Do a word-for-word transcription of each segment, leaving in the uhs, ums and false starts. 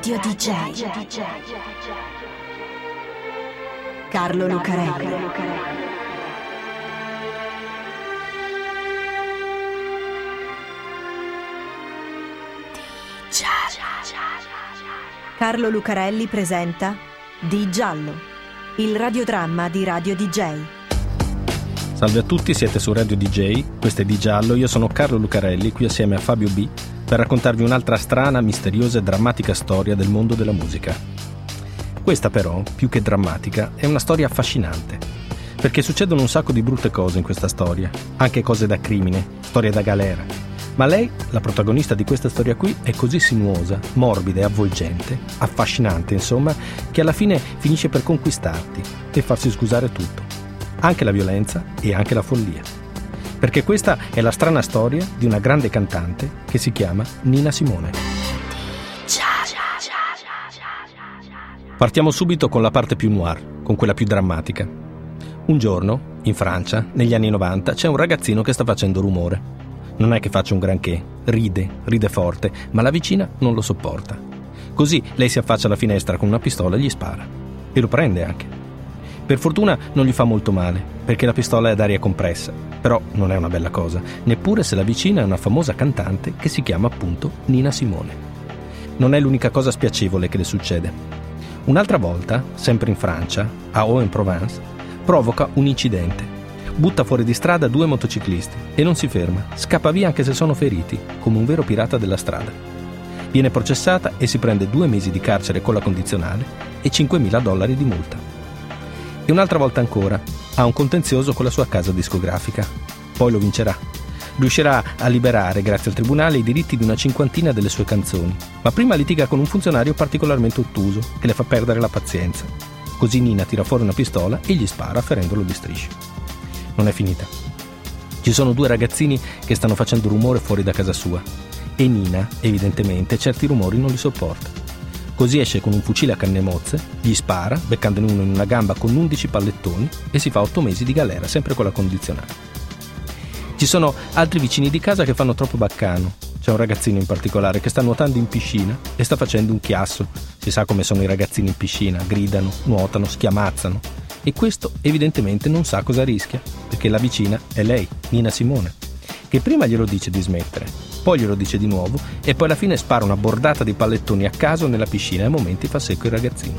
Radio D J Carlo Lucarelli. Carlo Lucarelli presenta Di Giallo, il radiodramma di Radio D J. Salve a tutti, siete su Radio D J, questo è Di Giallo, io sono Carlo Lucarelli, qui assieme a Fabio B, per raccontarvi un'altra strana, misteriosa e drammatica storia del mondo della musica. Questa però, più che drammatica, è una storia affascinante, perché succedono un sacco di brutte cose in questa storia, anche cose da crimine, storie da galera. Ma lei, la protagonista di questa storia qui, è così sinuosa, morbida e avvolgente, affascinante insomma, che alla fine finisce per conquistarti e farsi scusare tutto, anche la violenza e anche la follia. Perché questa è la strana storia di una grande cantante che si chiama Nina Simone. Partiamo subito con la parte più noir, con quella più drammatica. Un giorno, in Francia, negli anni novanta, c'è un ragazzino che sta facendo rumore. Non è che faccia un granché, ride, ride forte, ma la vicina non lo sopporta. Così lei si affaccia alla finestra con una pistola e gli spara. E lo prende anche. Per fortuna non gli fa molto male, perché la pistola è ad aria compressa. Però non è una bella cosa, neppure se la vicina è una famosa cantante che si chiama appunto Nina Simone. Non è l'unica cosa spiacevole che le succede. Un'altra volta, sempre in Francia, a Aix-en-Provence, provoca un incidente. Butta fuori di strada due motociclisti e non si ferma, scappa via anche se sono feriti, come un vero pirata della strada. Viene processata e si prende due mesi di carcere con la condizionale e cinquemila dollari di multa. E un'altra volta ancora, ha un contenzioso con la sua casa discografica. Poi lo vincerà. Riuscirà a liberare, grazie al tribunale, i diritti di una cinquantina delle sue canzoni, ma prima litiga con un funzionario particolarmente ottuso che le fa perdere la pazienza. Così Nina tira fuori una pistola e gli spara ferendolo di strisce. Non è finita. Ci sono due ragazzini che stanno facendo rumore fuori da casa sua e Nina, evidentemente, certi rumori non li sopporta. Così esce con un fucile a canne mozze, gli spara, beccandone uno in una gamba con undici pallettoni e si fa otto mesi di galera, sempre con la condizionale. Ci sono altri vicini di casa che fanno troppo baccano. C'è un ragazzino in particolare che sta nuotando in piscina e sta facendo un chiasso. Si sa come sono i ragazzini in piscina, gridano, nuotano, schiamazzano. E questo evidentemente non sa cosa rischia, perché la vicina è lei, Nina Simone, che prima glielo dice di smettere, poi glielo dice di nuovo e poi alla fine spara una bordata di pallettoni a caso nella piscina e a momenti fa secco il ragazzino.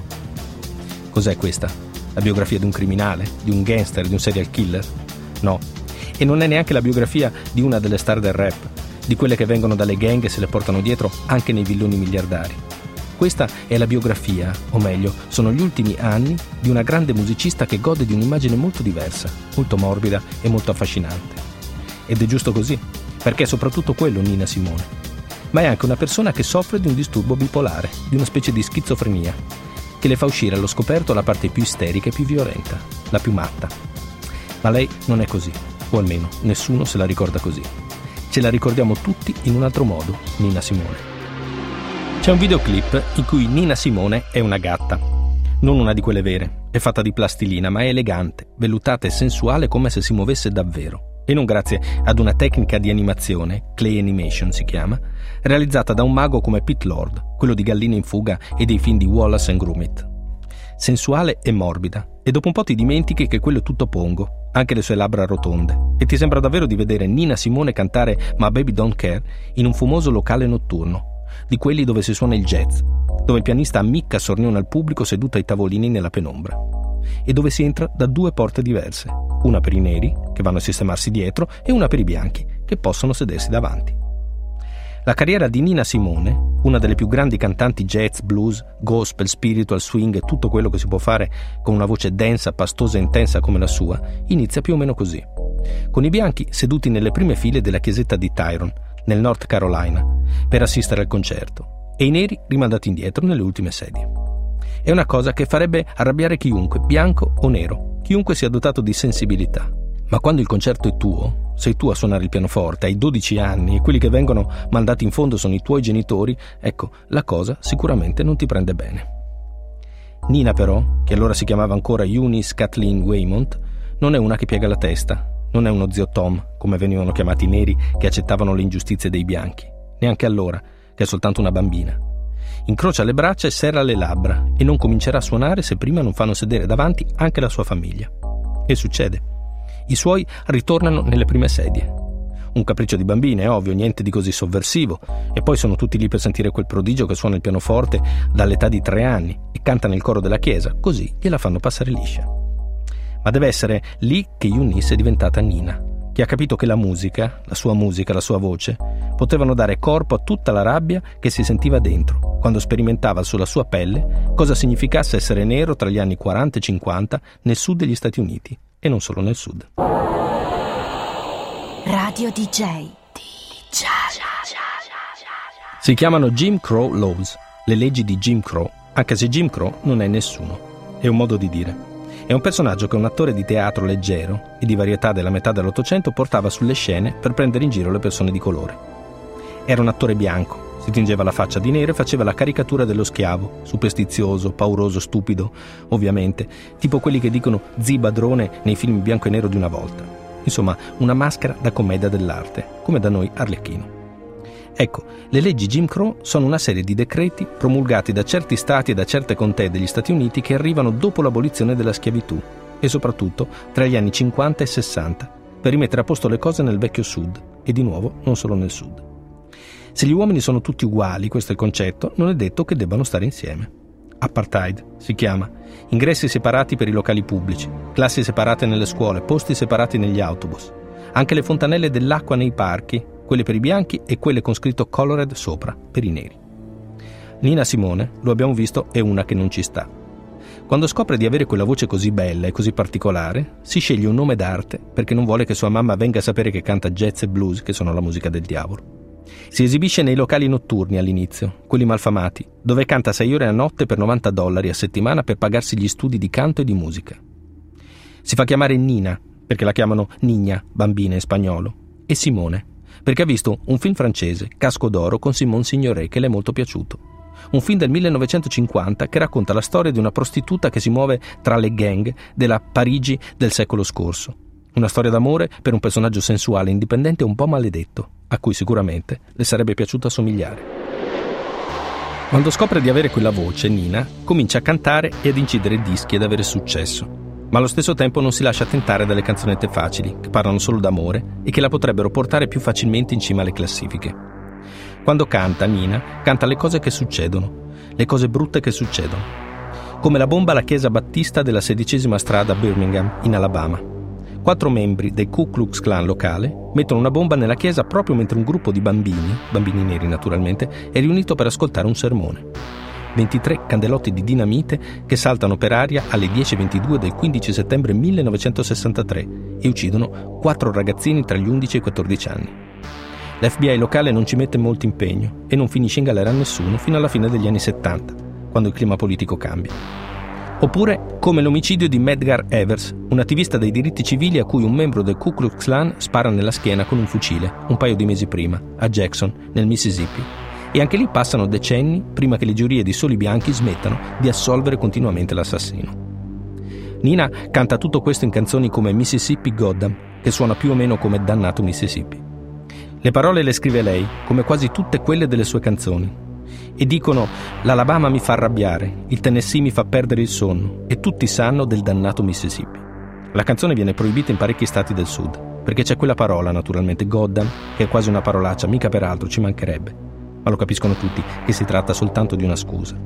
Cos'è questa? La biografia di un criminale? Di un gangster? Di un serial killer? No. E non è neanche la biografia di una delle star del rap, di quelle che vengono dalle gang e se le portano dietro anche nei villoni miliardari. Questa è la biografia, o meglio, sono gli ultimi anni di una grande musicista che gode di un'immagine molto diversa, molto morbida e molto affascinante. Ed è giusto così, perché è soprattutto quello Nina Simone. Ma è anche una persona che soffre di un disturbo bipolare, di una specie di schizofrenia, che le fa uscire allo scoperto la parte più isterica e più violenta, la più matta. Ma lei non è così, o almeno nessuno se la ricorda così. Ce la ricordiamo tutti in un altro modo, Nina Simone. C'è un videoclip in cui Nina Simone è una gatta. Non una di quelle vere, è fatta di plastilina, ma è elegante, vellutata e sensuale come se si muovesse davvero. E non grazie ad una tecnica di animazione, Clay Animation si chiama, realizzata da un mago come Pete Lord, quello di Galline in fuga e dei film di Wallace and Gromit. Sensuale e morbida, e dopo un po' ti dimentichi che quello è tutto pongo, anche le sue labbra rotonde, e ti sembra davvero di vedere Nina Simone cantare My Baby Don't Care in un fumoso locale notturno, di quelli dove si suona il jazz, dove il pianista ammicca sornione al pubblico seduto ai tavolini nella penombra, e dove si entra da due porte diverse, una per i neri, che vanno a sistemarsi dietro, e una per i bianchi, che possono sedersi davanti. La carriera di Nina Simone, una delle più grandi cantanti jazz, blues, gospel, spiritual, swing e tutto quello che si può fare con una voce densa, pastosa e intensa come la sua, inizia più o meno così, con i bianchi seduti nelle prime file della chiesetta di Tyrone, nel North Carolina, per assistere al concerto, e i neri rimandati indietro nelle ultime sedie. È una cosa che farebbe arrabbiare chiunque, bianco o nero, chiunque sia dotato di sensibilità. Ma quando il concerto è tuo, sei tu a suonare il pianoforte, hai dodici anni e quelli che vengono mandati in fondo sono i tuoi genitori, ecco, la cosa sicuramente non ti prende bene. Nina però, che allora si chiamava ancora Eunice Kathleen Waymont, non è una che piega la testa. Non è uno zio Tom, come venivano chiamati i neri che accettavano le ingiustizie dei bianchi, neanche allora, che è soltanto una bambina. Incrocia le braccia e serra le labbra e non comincerà a suonare se prima non fanno sedere davanti anche la sua famiglia. E succede. I suoi ritornano nelle prime sedie. Un capriccio di bambina, è ovvio, niente di così sovversivo. E poi sono tutti lì per sentire quel prodigio che suona il pianoforte dall'età di tre anni e canta nel coro della chiesa, così gliela fanno passare liscia. Ma deve essere lì che Eunice è diventata Nina, che ha capito che la musica, la sua musica, la sua voce, potevano dare corpo a tutta la rabbia che si sentiva dentro, quando sperimentava sulla sua pelle cosa significasse essere nero tra gli anni quaranta e cinquanta nel sud degli Stati Uniti, e non solo nel sud. Radio D J. D J. Si chiamano Jim Crow Laws, le leggi di Jim Crow, anche se Jim Crow non è nessuno, è un modo di dire. È un personaggio che un attore di teatro leggero e di varietà della metà dell'Ottocento portava sulle scene per prendere in giro le persone di colore. Era un attore bianco, si tingeva la faccia di nero e faceva la caricatura dello schiavo, superstizioso, pauroso, stupido, ovviamente, tipo quelli che dicono zi padrone nei film bianco e nero di una volta. Insomma, una maschera da commedia dell'arte, come da noi Arlecchino. Ecco, le leggi Jim Crow sono una serie di decreti promulgati da certi stati e da certe contee degli Stati Uniti che arrivano dopo l'abolizione della schiavitù e soprattutto tra gli anni cinquanta e sessanta, per rimettere a posto le cose nel vecchio sud e di nuovo non solo nel sud. Se gli uomini sono tutti uguali, questo è il concetto, non è detto che debbano stare insieme. Apartheid si chiama. Ingressi separati per i locali pubblici, classi separate nelle scuole, posti separati negli autobus. Anche le fontanelle dell'acqua nei parchi, quelle per i bianchi e quelle con scritto colored sopra, per i neri. Nina Simone, lo abbiamo visto, è una che non ci sta. Quando scopre di avere quella voce così bella e così particolare, si sceglie un nome d'arte perché non vuole che sua mamma venga a sapere che canta jazz e blues, che sono la musica del diavolo. Si esibisce nei locali notturni all'inizio, quelli malfamati, dove canta sei ore a notte per novanta dollari a settimana per pagarsi gli studi di canto e di musica. Si fa chiamare Nina, perché la chiamano Nina, bambina in spagnolo, e Simone, perché ha visto un film francese, Casco d'Oro, con Simone Signoret, che le è molto piaciuto. Un film del millenovecentocinquanta che racconta la storia di una prostituta che si muove tra le gang della Parigi del secolo scorso. Una storia d'amore per un personaggio sensuale, indipendente e un po' maledetto, a cui sicuramente le sarebbe piaciuto assomigliare. Quando scopre di avere quella voce, Nina comincia a cantare e ad incidere dischi ed avere successo. Ma allo stesso tempo non si lascia tentare dalle canzonette facili, che parlano solo d'amore e che la potrebbero portare più facilmente in cima alle classifiche. Quando canta, Nina canta le cose che succedono, le cose brutte che succedono. Come la bomba alla chiesa battista della sedicesima strada a Birmingham, in Alabama. Quattro membri del Ku Klux Klan locale mettono una bomba nella chiesa proprio mentre un gruppo di bambini, bambini neri naturalmente, è riunito per ascoltare un sermone. ventitré candelotti di dinamite che saltano per aria alle dieci e ventidue del quindici settembre millenovecentosessantatré e uccidono quattro ragazzini tra gli undici e i quattordici anni. L'F B I locale non ci mette molto impegno e non finisce in galera a nessuno fino alla fine degli anni settanta, quando il clima politico cambia. Oppure come l'omicidio di Medgar Evers, un attivista dei diritti civili a cui un membro del Ku Klux Klan spara nella schiena con un fucile un paio di mesi prima, a Jackson, nel Mississippi. E anche lì passano decenni prima che le giurie di soli bianchi smettano di assolvere continuamente l'assassino. Nina canta tutto questo in canzoni come Mississippi Goddam, che suona più o meno come Dannato Mississippi. Le parole le scrive lei, come quasi tutte quelle delle sue canzoni. E dicono: l'Alabama mi fa arrabbiare, il Tennessee mi fa perdere il sonno, e tutti sanno del dannato Mississippi. La canzone viene proibita in parecchi stati del sud, perché c'è quella parola, naturalmente, Goddam, che è quasi una parolaccia, mica per altro, ci mancherebbe. Ma lo capiscono tutti che si tratta soltanto di una scusa.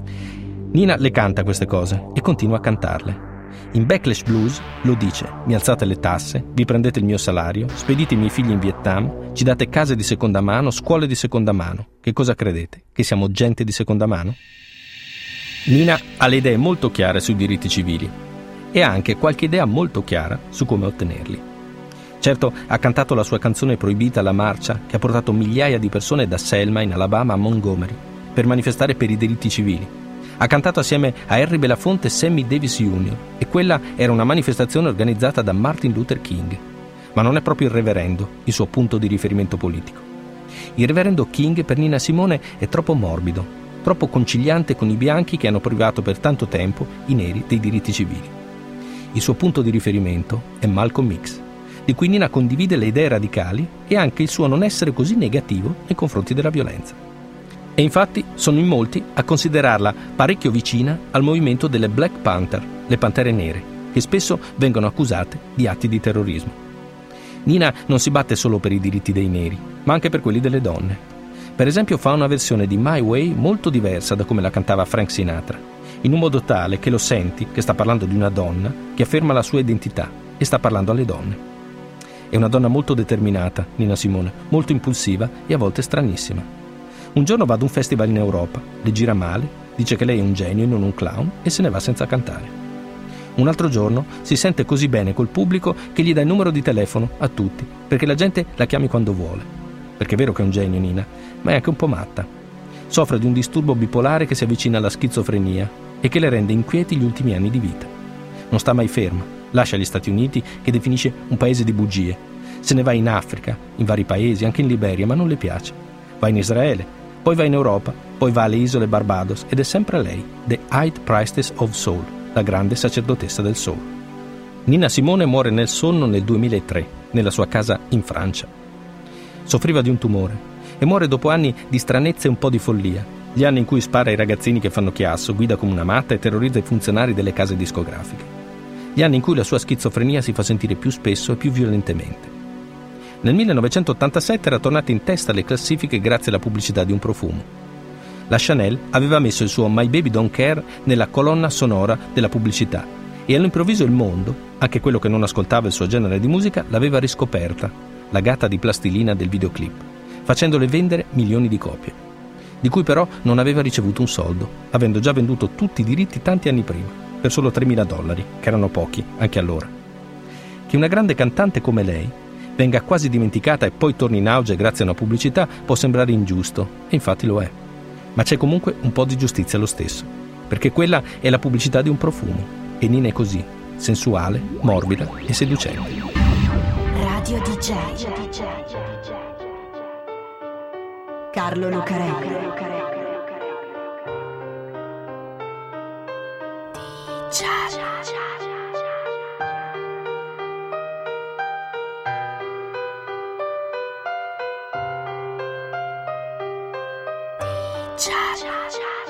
Nina le canta queste cose e continua a cantarle. In Backlash Blues lo dice: mi alzate le tasse, vi prendete il mio salario, spedite i miei figli in Vietnam, ci date case di seconda mano, scuole di seconda mano. Che cosa credete? Che siamo gente di seconda mano? Nina ha le idee molto chiare sui diritti civili e ha anche qualche idea molto chiara su come ottenerli. Certo, ha cantato la sua canzone proibita alla marcia che ha portato migliaia di persone da Selma in Alabama a Montgomery per manifestare per i diritti civili. Ha cantato assieme a Harry Belafonte e Sammy Davis junior e quella era una manifestazione organizzata da Martin Luther King. Ma non è proprio il reverendo il suo punto di riferimento politico. Il reverendo King per Nina Simone è troppo morbido, troppo conciliante con i bianchi che hanno privato per tanto tempo i neri dei diritti civili. Il suo punto di riferimento è Malcolm X, di cui Nina condivide le idee radicali e anche il suo non essere così negativo nei confronti della violenza. E infatti sono in molti a considerarla parecchio vicina al movimento delle Black Panther, le pantere nere, che spesso vengono accusate di atti di terrorismo. Nina non si batte solo per i diritti dei neri, ma anche per quelli delle donne. Per esempio fa una versione di My Way molto diversa da come la cantava Frank Sinatra, in un modo tale che lo senti che sta parlando di una donna che afferma la sua identità e sta parlando alle donne. È una donna molto determinata, Nina Simone, molto impulsiva e a volte stranissima. Un giorno va ad un festival in Europa, le gira male, dice che lei è un genio e non un clown e se ne va senza cantare. Un altro giorno si sente così bene col pubblico che gli dà il numero di telefono a tutti, perché la gente la chiami quando vuole. Perché è vero che è un genio, Nina, ma è anche un po' matta. Soffre di un disturbo bipolare che si avvicina alla schizofrenia e che le rende inquieti gli ultimi anni di vita. Non sta mai ferma, lascia gli Stati Uniti, che definisce un paese di bugie. Se ne va in Africa, in vari paesi, anche in Liberia, ma non le piace. Va in Israele, poi va in Europa, poi va alle isole Barbados ed è sempre lei, The High Priestess of Soul, la grande sacerdotessa del soul. Nina Simone muore nel sonno nel duemilatré, nella sua casa in Francia. Soffriva di un tumore e muore dopo anni di stranezza e un po' di follia, gli anni in cui spara ai ragazzini che fanno chiasso, guida come una matta e terrorizza i funzionari delle case discografiche. Gli anni in cui la sua schizofrenia si fa sentire più spesso e più violentemente. Nel millenovecentottantasette era tornata in testa alle classifiche grazie alla pubblicità di un profumo. La Chanel aveva messo il suo My Baby Don't Care nella colonna sonora della pubblicità e all'improvviso il mondo, anche quello che non ascoltava il suo genere di musica, l'aveva riscoperta, la gatta di plastilina del videoclip, facendole vendere milioni di copie, di cui però non aveva ricevuto un soldo, avendo già venduto tutti i diritti tanti anni prima, per solo tremila dollari, che erano pochi anche allora. Che una grande cantante come lei venga quasi dimenticata e poi torni in auge grazie a una pubblicità può sembrare ingiusto, e infatti lo è. Ma c'è comunque un po' di giustizia lo stesso, perché quella è la pubblicità di un profumo, e Nina è così, sensuale, morbida e seducente. Radio D J Carlo Lucarelli. Cha cha cha.